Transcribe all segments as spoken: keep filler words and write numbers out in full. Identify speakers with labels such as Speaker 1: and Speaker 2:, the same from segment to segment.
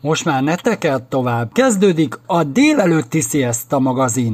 Speaker 1: Most már ne tekerd tovább, kezdődik a délelőtti Sziaszta magazin.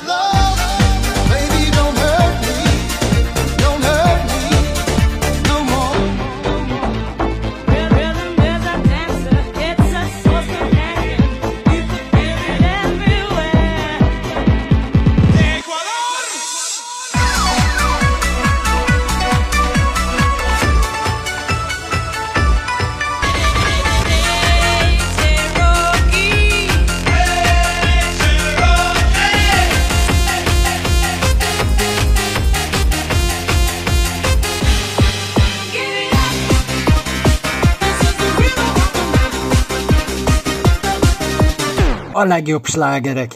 Speaker 1: A legjobb slágerek.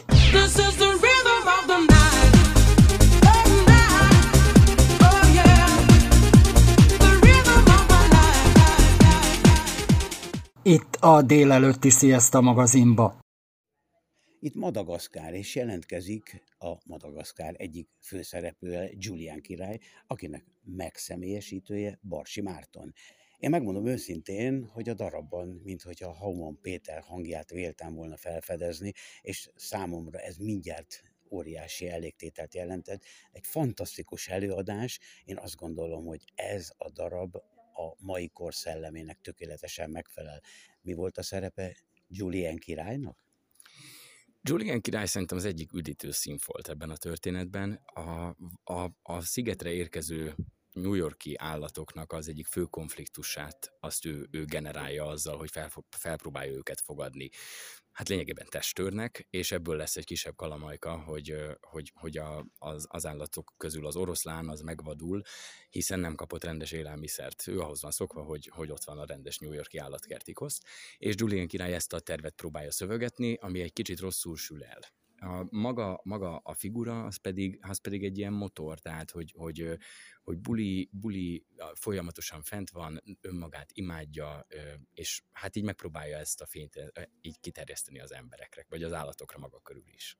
Speaker 1: Itt a délelőtti Sziaszta magazinba.
Speaker 2: Itt Madagaszkár, és jelentkezik a Madagaszkár egyik főszereplője, Julián király, akinek megszemélyesítője Barsi Márton. Én megmondom őszintén, hogy a darabban, minthogyha Hauman Péter hangját véltem volna felfedezni, és számomra ez mindjárt óriási elégtételt jelentett. Egy fantasztikus előadás, én azt gondolom, hogy ez a darab a mai kor szellemének tökéletesen megfelel. Mi volt a szerepe Julián királynak?
Speaker 3: Julián király szerintem az egyik üdítő színfolt ebben a történetben. A, a, a szigetre érkező New York-i állatoknak az egyik fő konfliktusát azt ő, ő generálja azzal, hogy fel, felpróbálja őket fogadni. Hát lényegében testtörnek, és ebből lesz egy kisebb kalamajka, hogy, hogy, hogy a, az, az állatok közül az oroszlán az megvadul, hiszen nem kapott rendes élelmiszert. Ő ahhoz van szokva, hogy, hogy ott van a rendes New York-i állatkertikoszt, és Julián király ezt a tervet próbálja szövegetni, ami egy kicsit rosszul sül el. A maga, maga a figura, az pedig, az pedig egy ilyen motor, tehát hogy, hogy, hogy buli, buli folyamatosan fent van, önmagát imádja, és hát így megpróbálja ezt a fényt így kiterjeszteni az emberekre, vagy az állatokra maga körül is.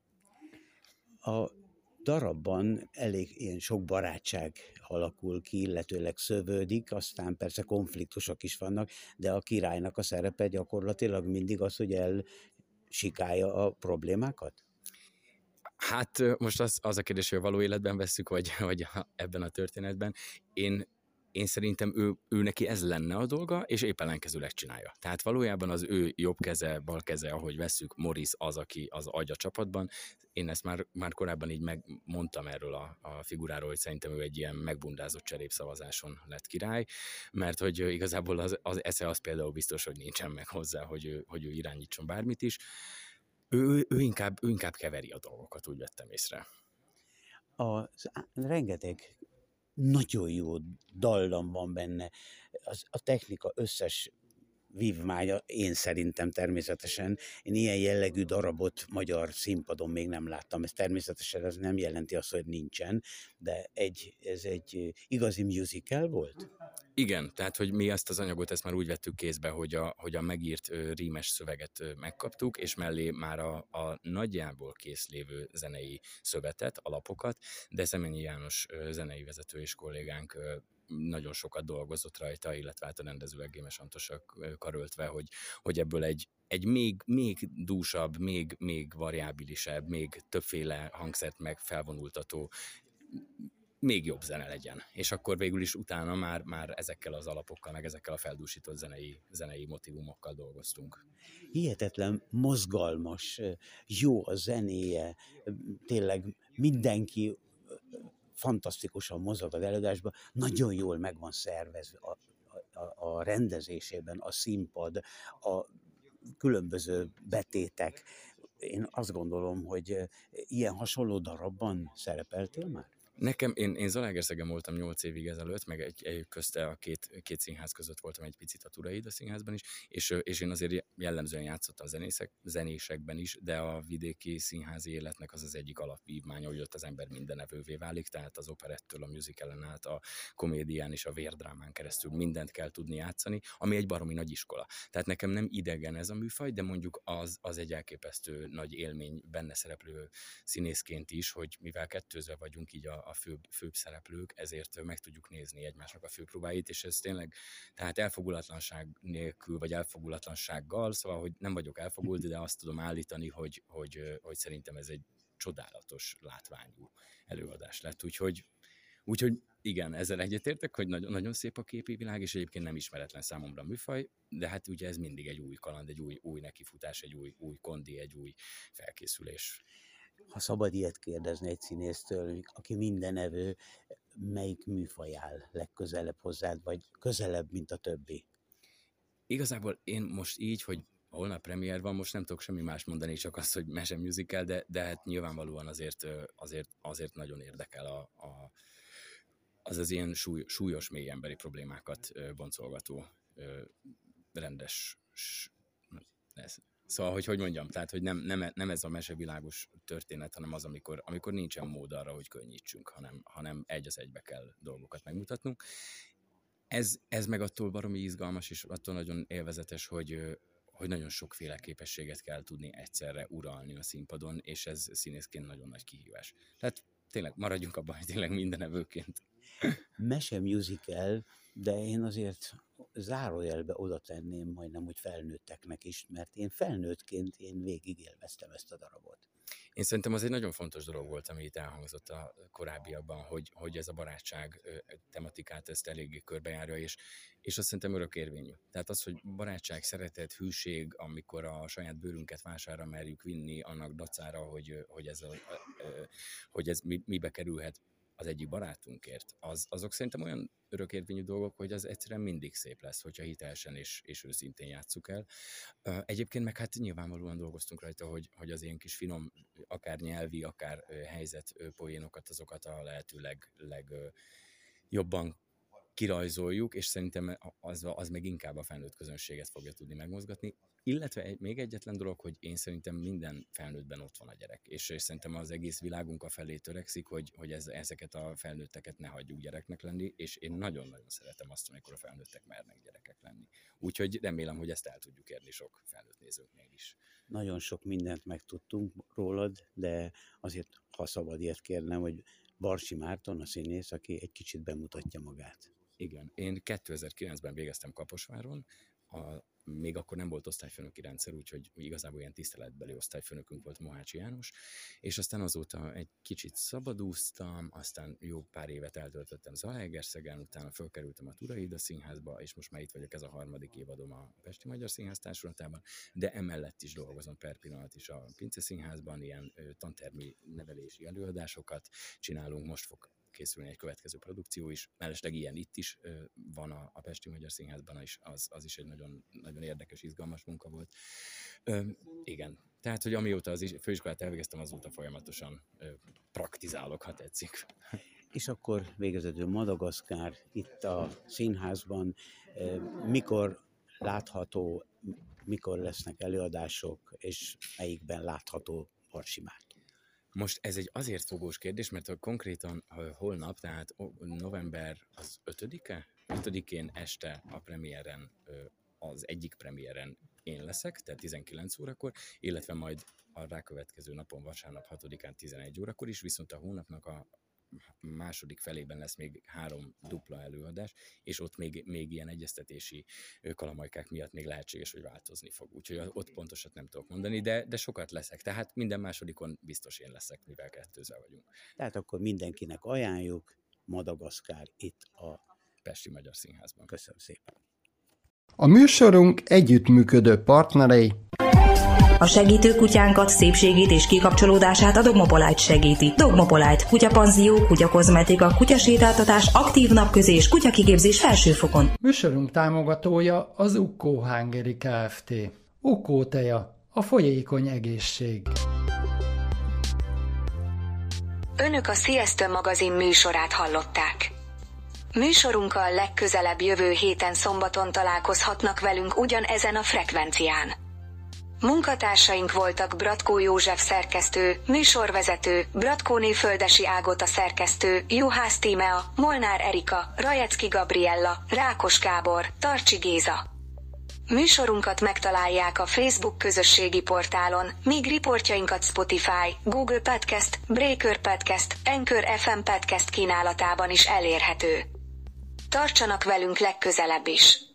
Speaker 2: A darabban elég ilyen sok barátság alakul ki, illetőleg szövődik, aztán persze konfliktusok is vannak, de a királynak a szerepe gyakorlatilag mindig az, hogy elsikálja a problémákat?
Speaker 3: Hát most az, az a kérdés, hogy a való életben vesszük, vagy, vagy ebben a történetben. Én, én szerintem ő, ő neki ez lenne a dolga, és épp ellenkezőleg csinálja. Tehát valójában az ő jobb keze, bal keze, ahogy vesszük, Morris az, aki az agy a csapatban. Én ezt már, már korábban így megmondtam erről a, a figuráról, hogy szerintem ő egy ilyen megbundázott cserépszavazáson lett király, mert hogy igazából az, az esze az például biztos, hogy nincsen meg hozzá, hogy ő, hogy ő irányítson bármit is. Ő, ő, inkább, ő inkább keveri a dolgokat, úgy vettem észre.
Speaker 2: A, rengeteg nagyon jó dallam van benne. Az, a technika összes vívmánya, én szerintem természetesen. Én ilyen jellegű darabot magyar színpadon még nem láttam. Ez természetesen ez nem jelenti azt, hogy nincsen, de egy, ez egy igazi musical volt?
Speaker 3: Igen, tehát, hogy mi ezt az anyagot, ezt már úgy vettük kézbe, hogy a, hogy a megírt ö, rímes szöveget ö, megkaptuk, és mellé már a, a nagyjából készlévő zenei szövetet, alapokat, de Szemenyi János ö, zenei vezető és kollégánk ö, nagyon sokat dolgozott rajta, illetve hát a rendezőek Gémes Antosak karöltve, hogy, hogy ebből egy, egy még, még dúsabb, még, még variábilisebb, még többféle hangszert meg felvonultató, még jobb zene legyen. És akkor végül is utána már, már ezekkel az alapokkal, meg ezekkel a feldúsított zenei, zenei motivumokkal dolgoztunk.
Speaker 2: Hihetetlen mozgalmas, jó a zenéje, tényleg mindenki fantasztikusan mozog az előadásban, nagyon jól meg van szervezve a, a, a rendezésében, a színpad, a különböző betétek. Én azt gondolom, hogy ilyen hasonló darabban szerepeltél már?
Speaker 3: Nekem, én, én Zalaegerszegen voltam nyolc évig ezelőtt, meg egy, egy közte a két, két színház között voltam egy picit a Turaida színházban is, és, és én azért jellemzően játszottam zenészek, zenésekben is, de a vidéki színházi életnek az az egyik alapvívmánya, hogy ott az ember mindenevővé válik, tehát az operettől a musicalen át, a komédián és a vérdrámán keresztül mindent kell tudni játszani, ami egy baromi nagy iskola. Tehát nekem nem idegen ez a műfaj, de mondjuk az, az egy elképesztő nagy élmény benne szereplő színészként is, hogy mivel kettőzve vagyunk így a a főbb, főbb szereplők, ezért meg tudjuk nézni egymásnak a főpróbáit, és ez tényleg, tehát elfogulatlanság nélkül, vagy elfogulatlansággal, szóval, hogy nem vagyok elfogult, de azt tudom állítani, hogy, hogy, hogy szerintem ez egy csodálatos látványú előadás lett, úgyhogy Úgyhogy igen, ezzel egyetértek, hogy nagyon, nagyon szép a képi világ, és egyébként nem ismeretlen számomra a műfaj, de hát ugye ez mindig egy új kaland, egy új, új nekifutás, egy új, új kondi, egy új felkészülés.
Speaker 2: Ha szabad ilyet kérdezni egy színésztől, aki mindenevő, melyik műfaj áll legközelebb hozzád, vagy közelebb, mint a többi?
Speaker 3: Igazából én most így, hogy holnap premier van, most nem tudok semmi más mondani, csak azt, hogy mese musical, de, de hát nyilvánvalóan azért, azért, azért nagyon érdekel a, a az az ilyen súly, súlyos, mély emberi problémákat ö, boncolgató ö, rendes... Ez. Szóval, hogy hogy mondjam, tehát, hogy nem, nem, nem ez a mesevilágos történet, hanem az, amikor, amikor nincsen mód arra, hogy könnyítsünk, hanem, hanem egy az egybe kell dolgokat megmutatnunk. Ez, ez meg attól baromi izgalmas, és attól nagyon élvezetes, hogy, hogy nagyon sokféle képességet kell tudni egyszerre uralni a színpadon, és ez színészként nagyon nagy kihívás. Tehát tényleg maradjunk abban, hogy tényleg mindenevőként.
Speaker 2: Mese musical, de én azért zárójelbe oda tenném majdnem, hogy felnőtteknek is, mert én felnőttként én végig élveztem ezt a darabot.
Speaker 3: Én szerintem az egy nagyon fontos dolog volt, ami itt elhangzott a korábbiakban, hogy, hogy ez a barátság tematikát ezt eléggé körbejárja, és, és azt szerintem örökérvényű. Tehát az, hogy barátság, szeretet, hűség, amikor a saját bőrünket vására merjük vinni annak dacára, hogy, hogy ez, a, hogy ez mibe kerülhet az egyik barátunkért, az, azok szerintem olyan örökérvényű dolgok, hogy az egyszerűen mindig szép lesz, hogyha hitelesen és, és őszintén játsszuk el. Egyébként meg hát nyilvánvalóan dolgoztunk rajta, hogy, hogy az ilyen kis finom, akár nyelvi, akár helyzet poénokat, azokat a lehető leg, leg jobban kirajzoljuk, és szerintem az, az meg inkább a felnőtt közönséget fogja tudni megmozgatni. Illetve egy, még egyetlen dolog, hogy én szerintem minden felnőttben ott van a gyerek, és, és szerintem az egész világunk a felé törekszik, hogy, hogy ez, ezeket a felnőtteket ne hagyjuk gyereknek lenni, és én nagyon-nagyon szeretem azt, amikor a felnőttek mernek gyerekek lenni. Úgyhogy remélem, hogy ezt el tudjuk érni sok felnőtt nézőknél is. Nagyon
Speaker 2: sok mindent megtudtunk rólad, de azért, ha szabad ilyet kérnem, hogy Barsi Márton, a színész, aki egy kicsit bemutatja magát.
Speaker 3: Igen, én kétezer-kilencben végeztem Kaposváron, a még akkor nem volt osztályfőnöki rendszer, úgyhogy igazából ilyen tiszteletbeli osztályfőnökünk volt Mohácsi János, és aztán azóta egy kicsit szabadúztam, aztán jó pár évet eltöltöttem Zalaegerszegen, utána fölkerültem a Turaida Színházba, és most már itt vagyok, ez a harmadik évadom a Pesti Magyar Színház Társulatában, de emellett is dolgozom per pillanat is a Pince Színházban, ilyen ö, tantermi nevelési előadásokat csinálunk, most fog készülni egy következő produkció is, mellesleg ilyen itt is ö, van a, a Pesti Magyar Színházban is, az, az is egy nagyon, nagyon érdekes, izgalmas munka volt. Ö, igen, tehát, hogy amióta az is, főiskolát elvégeztem, azóta folyamatosan ö, praktizálok, ha tetszik.
Speaker 2: És akkor végezetül Madagaszkár itt a színházban, mikor látható, mikor lesznek előadások, és melyikben látható Barsi Márton?
Speaker 3: Most ez egy azért fogós kérdés, mert konkrétan holnap, tehát november az ötödike? ötödikén este a premiéren, az egyik premiéren én leszek, tehát tizenkilenc órakor, illetve majd a rákövetkező napon, vasárnap hatodikán tizenegy órakor is, viszont a hónapnak a második felében lesz még három dupla előadás, és ott még, még ilyen egyeztetési kalamajkák miatt még lehetséges, hogy változni fog. Úgyhogy ott pontosat nem tudok mondani, de, de sokat leszek. Tehát minden másodikon biztos én leszek, mivel kettőzve vagyunk.
Speaker 2: Tehát akkor mindenkinek ajánljuk, Madagaszkár itt a
Speaker 3: Pesti Magyar Színházban.
Speaker 2: Köszönöm szépen.
Speaker 1: A műsorunk együttműködő partnerei:
Speaker 4: a segítő kutyánkat, szépségét és kikapcsolódását a Dogmopolite segíti. Dogmopolite, kutyapanzió, kutyakozmetika, kutyasétáltatás, aktív napközés, kutyakigépzés felsőfokon.
Speaker 1: Műsorunk támogatója az Ukkó Hungary Kft. Ukkó teja, a folyékony egészség.
Speaker 5: Önök a Siesta magazin műsorát hallották. Műsorunkkal legközelebb jövő héten szombaton találkozhatnak velünk ugyanezen a frekvencián. Munkatársaink voltak Bratkó József szerkesztő, műsorvezető, Bratkóné Földesi Ágota szerkesztő, Juhász Tímea, Molnár Erika, Rajecki Gabriella, Rákos Gábor, Tarcsi Géza. Műsorunkat megtalálják a Facebook közösségi portálon, míg riportjainkat Spotify, Google Podcast, Breaker Podcast, Anchor ef em Podcast kínálatában is elérhető. Tartsanak velünk legközelebb is!